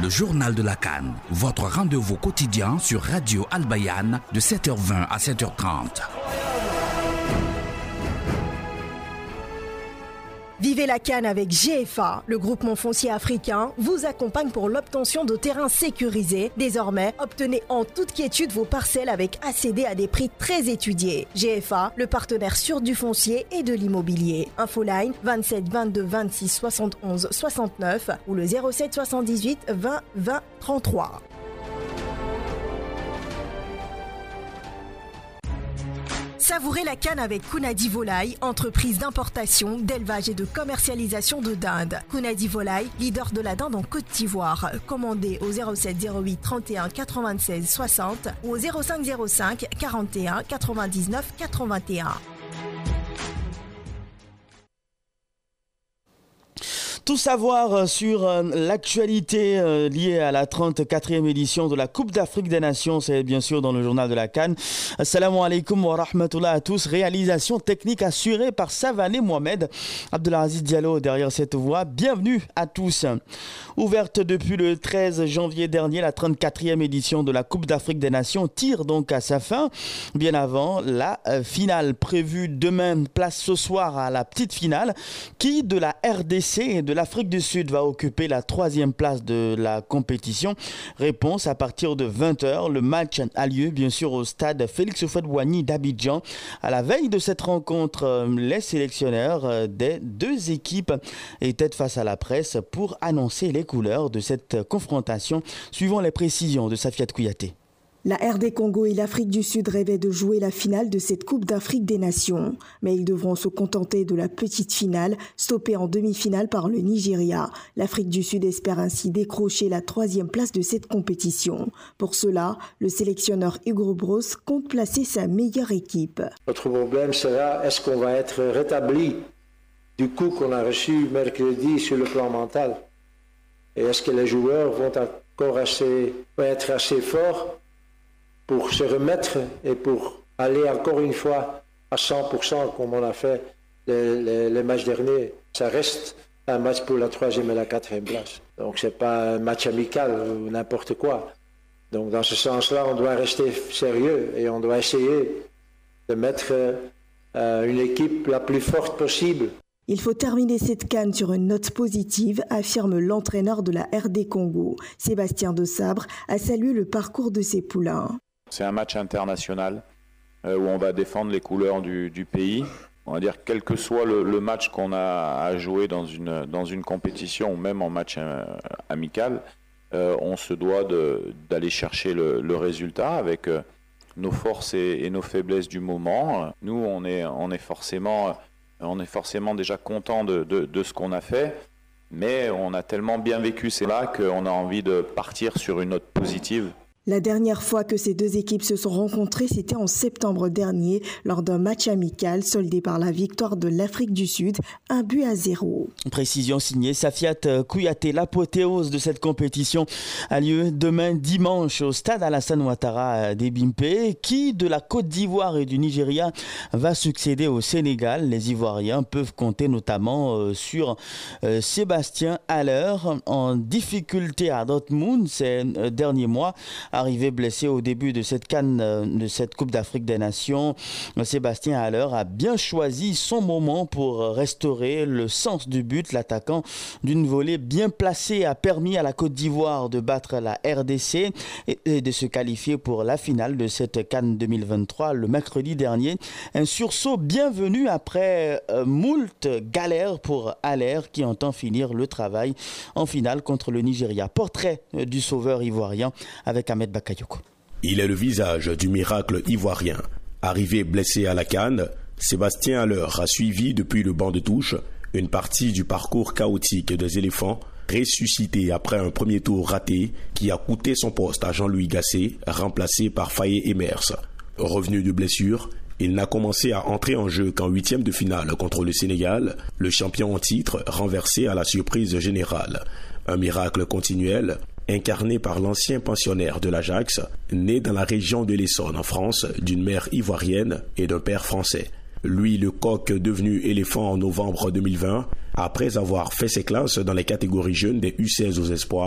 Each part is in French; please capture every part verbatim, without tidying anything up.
le journal de la CAN, votre rendez-vous quotidien sur Radio Al Bayan de sept heures vingt à sept heures trente. Vivez la CAN avec G F A. Le groupement foncier africain vous accompagne pour l'obtention de terrains sécurisés. Désormais, obtenez en toute quiétude vos parcelles avec accéder à des prix très étudiés. G F A, le partenaire sûr du foncier et de l'immobilier. Infoline vingt-sept vingt-deux vingt-six soixante-onze soixante-neuf ou le zéro sept soixante-dix-huit vingt vingt trente-trois. Savourez la CAN avec Kounadi Volaille, entreprise d'importation, d'élevage et de commercialisation de dinde. Kounadi Volaille, leader de la dinde en Côte d'Ivoire. Commandez au zéro sept zéro huit trente et un quatre-vingt-seize soixante ou au zéro cinq zéro cinq quarante et un quatre-vingt-dix-neuf quatre-vingt-un. Tout savoir sur l'actualité liée à la trente-quatrième édition de la Coupe d'Afrique des Nations, c'est bien sûr dans le journal de la CAN. Assalamu alaikum wa rahmatullah à tous. Réalisation technique assurée par Savané Mohamed. Abdelaziz Diallo derrière cette voix. Bienvenue à tous. Ouverte depuis le treize janvier dernier, la trente-quatrième édition de la Coupe d'Afrique des Nations tire donc à sa fin. Bien avant la finale prévue demain, place ce soir à la petite finale qui de la R D C et de l'Afrique du Sud va occuper la troisième place de la compétition. Réponse à partir de vingt heures. Le match a lieu bien sûr au stade Félix Houphouët-Boigny d'Abidjan. À la veille de cette rencontre, les sélectionneurs des deux équipes étaient face à la presse pour annoncer les couleurs de cette confrontation, suivant les précisions de Safiat Kouyaté. La R D Congo et l'Afrique du Sud rêvaient de jouer la finale de cette Coupe d'Afrique des Nations. Mais ils devront se contenter de la petite finale, stoppée en demi-finale par le Nigeria. L'Afrique du Sud espère ainsi décrocher la troisième place de cette compétition. Pour cela, le sélectionneur Hugo Broos compte placer sa meilleure équipe. Notre problème sera, est-ce qu'on va être rétabli du coup qu'on a reçu mercredi sur le plan mental? Et est-ce que les joueurs vont encore assez, vont être assez forts pour se remettre et pour aller encore une fois à cent pour cent comme on a fait les, les, les matchs derniers. Ça reste un match pour la troisième et la quatrième place. Donc c'est pas un match amical ou n'importe quoi. Donc dans ce sens-là, on doit rester sérieux et on doit essayer de mettre euh, une équipe la plus forte possible. Il faut terminer cette CAN sur une note positive, affirme l'entraîneur de la R D Congo. Sébastien Desabre a salué le parcours de ses poulains. C'est un match international euh, où on va défendre les couleurs du, du pays. On va dire quel que soit le, le match qu'on a à jouer dans une, dans une compétition ou même en match euh, amical, euh, on se doit de, d'aller chercher le, le résultat avec euh, nos forces et, et nos faiblesses du moment. Nous, on est, on est, forcément, on est forcément déjà content de, de, de ce qu'on a fait, mais on a tellement bien vécu c'est là qu'on a envie de partir sur une note positive. La dernière fois que ces deux équipes se sont rencontrées, c'était en septembre dernier, lors d'un match amical soldé par la victoire de l'Afrique du Sud, un but à zéro. Précision signée Safiat Kouyaté. L'apothéose de cette compétition a lieu demain dimanche au stade Alassane Ouattara d'Ebimpe, qui de la Côte d'Ivoire et du Nigeria va succéder au Sénégal. Les Ivoiriens peuvent compter notamment sur Sébastien Haller, en difficulté à Dortmund ces derniers mois. Arrivé blessé au début de cette CAN, de cette Coupe d'Afrique des Nations, Sébastien Haller a bien choisi son moment pour restaurer le sens du but. L'attaquant d'une volée bien placée a permis à la Côte d'Ivoire de battre la R D C et de se qualifier pour la finale de cette CAN deux mille vingt-trois le mercredi dernier. Un sursaut bienvenu après euh, moult galères pour Haller qui entend finir le travail en finale contre le Nigeria. Portrait du sauveur ivoirien avec Ahmed Bakayoko. Il est le visage du miracle ivoirien. Arrivé blessé à la CAN, Sébastien Haller a suivi depuis le banc de touche une partie du parcours chaotique des éléphants, ressuscité après un premier tour raté qui a coûté son poste à Jean-Louis Gasset, remplacé par Faye Emers. Revenu de blessure, il n'a commencé à entrer en jeu qu'en huitième de finale contre le Sénégal, le champion en titre renversé à la surprise générale. Un miracle continuel, incarné par l'ancien pensionnaire de l'Ajax, né dans la région de l'Essonne en France, d'une mère ivoirienne et d'un père français. Lui, le coq devenu éléphant en novembre deux mille vingt, après avoir fait ses classes dans les catégories jeunes des U seize aux espoirs,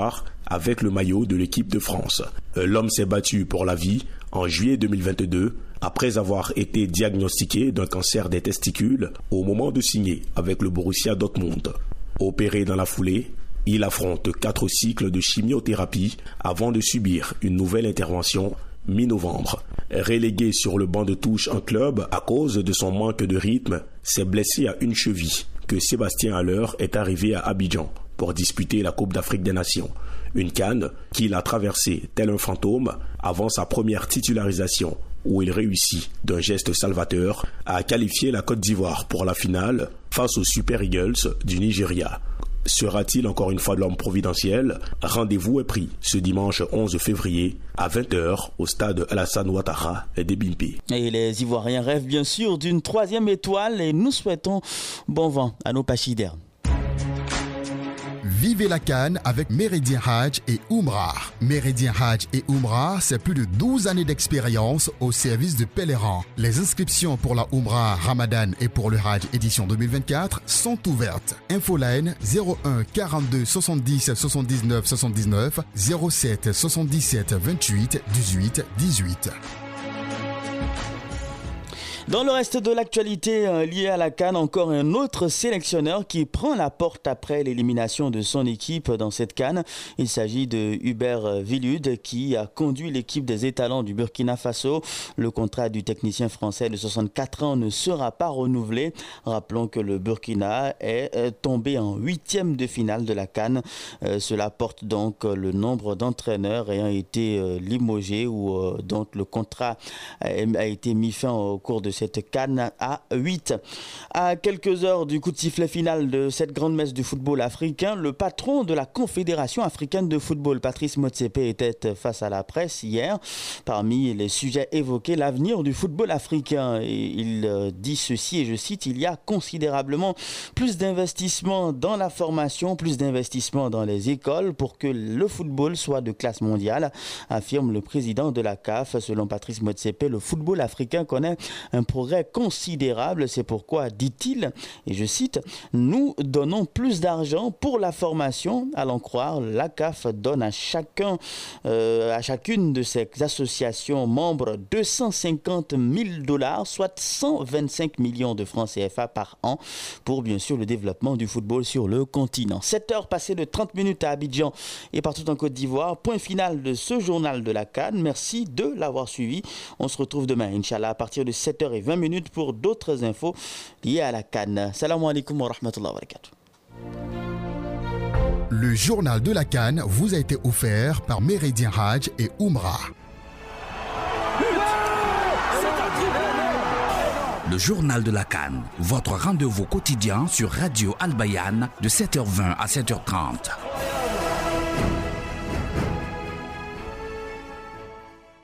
avec le maillot de l'équipe de France. L'homme s'est battu pour la vie en juillet deux mille vingt-deux après avoir été diagnostiqué d'un cancer des testicules au moment de signer avec le Borussia Dortmund. Opéré dans la foulée, il affronte quatre cycles de chimiothérapie avant de subir une nouvelle intervention mi-novembre. Relégué sur le banc de touche en club à cause de son manque de rythme, s'est blessé à une cheville que Sébastien Haller est arrivé à Abidjan pour disputer la Coupe d'Afrique des Nations. Une CAN qu'il a traversée tel un fantôme avant sa première titularisation, où il réussit d'un geste salvateur à qualifier la Côte d'Ivoire pour la finale face aux Super Eagles du Nigeria. Sera-t-il encore une fois l'homme providentiel? Rendez-vous est pris ce dimanche onze février à vingt heures au stade Alassane Ouattara des Bimpé. Et les Ivoiriens rêvent bien sûr d'une troisième étoile et nous souhaitons bon vent à nos pachydermes. Vivez la CAN avec Méridien Hadj et Umrah. Méridien Hadj et Umrah, c'est plus de douze années d'expérience au service de pèlerins. Les inscriptions pour la Umrah Ramadan et pour le Hadj édition deux mille vingt-quatre sont ouvertes. Infoline zéro un quarante-deux soixante-dix soixante-dix-neuf soixante-dix-neuf zéro sept soixante-dix-sept vingt-huit dix-huit dix-huit. Dans le reste de l'actualité euh, liée à la CAN, encore un autre sélectionneur qui prend la porte après l'élimination de son équipe dans cette CAN. Il s'agit de Hubert Villude qui a conduit l'équipe des étalons du Burkina Faso. Le contrat du technicien français de soixante-quatre ans ne sera pas renouvelé. Rappelons que le Burkina est euh, tombé en huitième de finale de la CAN. Euh, cela porte donc euh, le nombre d'entraîneurs ayant été euh, limogés ou euh, dont le contrat a, a été mis fin au cours de cette CAN à huit. À quelques heures du coup de sifflet final de cette grande messe du football africain, le patron de la Confédération africaine de football, Patrice Motsepe, était face à la presse hier. Parmi les sujets évoqués, l'avenir du football africain. Et il dit ceci, et je cite, « Il y a considérablement plus d'investissement dans la formation, plus d'investissement dans les écoles pour que le football soit de classe mondiale », affirme le président de la C A F. Selon Patrice Motsepe, le football africain connaît un progrès considérable. C'est pourquoi, dit-il, et je cite, « Nous donnons plus d'argent pour la formation. À l'en croire, la C A F donne à chacun, euh, à chacune de ses associations membres deux cent cinquante mille dollars, soit cent vingt-cinq millions de francs C F A par an pour bien sûr le développement du football sur le continent. » sept heures passées de trente minutes à Abidjan et partout en Côte d'Ivoire. Point final de ce journal de la CAN. Merci de l'avoir suivi. On se retrouve demain, Inch'Allah, à partir de sept heures vingt minutes pour d'autres infos liées à la CAN. Salam alaikum wa rahmatullahi wa barakatuh. Le journal de la CAN vous a été offert par Méridien Hadj et Umrah. Le journal de la CAN, votre rendez-vous quotidien sur Radio Al Bayan de sept heures vingt à sept heures trente.